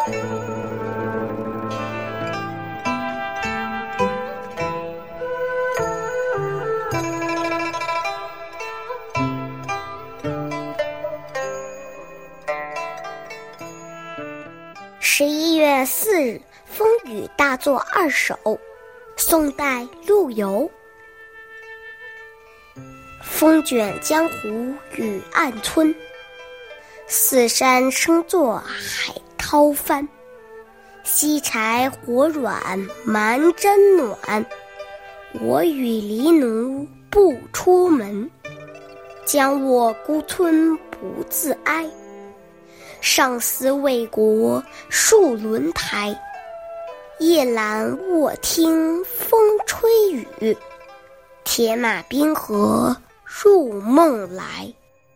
11月4日，风雨大作二首，宋代陆游。风卷江湖雨暗村，四山声作海涛翻。西柴火软蛮毡暖，我与黎奴不出门。将我孤村不自哀，上思为国戍轮台。夜阑卧听风吹雨，铁马冰河入梦来。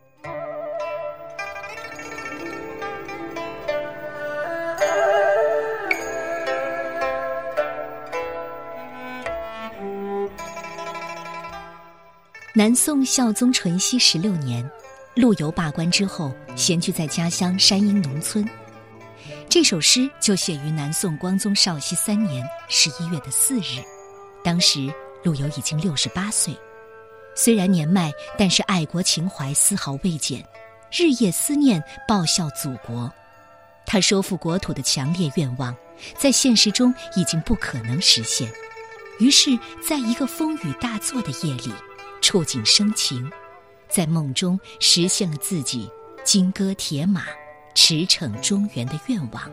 南宋孝宗淳熙16年，陆游罢官之后，闲居在家乡山阴农村。这首诗就写于南宋光宗绍熙3年11月4日，当时陆游已经68岁。虽然年迈，但是爱国情怀丝毫未减，日夜思念报效祖国。他收复国土的强烈愿望，在现实中已经不可能实现。于是，在一个风雨大作的夜里，触景生情，在梦中实现了自己金戈铁马、驰骋中原的愿望。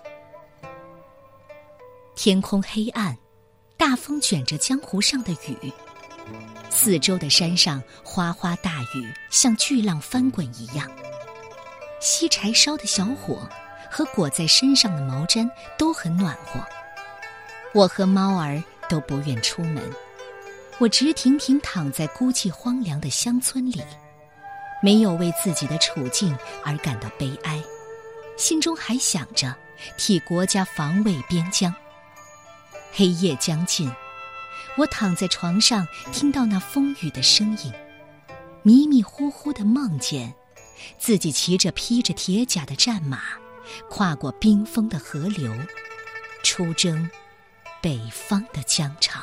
天空黑暗，大风卷着江湖上的雨，四周的山上哗哗大雨像巨浪翻滚一样。吸柴烧的小火和裹在身上的毛毡都很暖和。我和猫儿都不愿出门，我直挺挺躺在孤寂荒凉的乡村里，没有为自己的处境而感到悲哀，心中还想着替国家防卫边疆。黑夜将近，我躺在床上，听到那风雨的声音，迷迷糊糊地梦见自己骑着披着铁甲的战马，跨过冰封的河流，出征北方的疆场。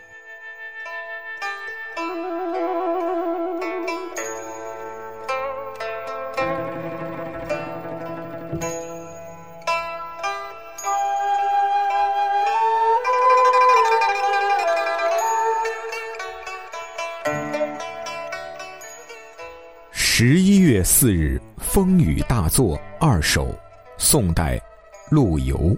11月4日，风雨大作二首，宋代陆游。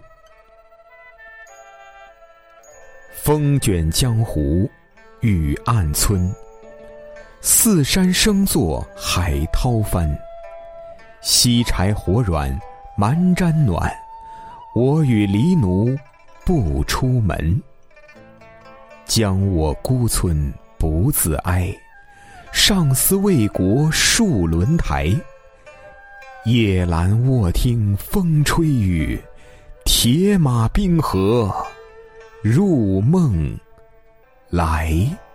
风卷江湖雨暗村，四山声作海涛翻。西柴火软蛮毡暖，我与黎奴不出门。将我孤村不自哀，上思为国戍轮台。夜阑卧听风吹雨，铁马冰河入梦来。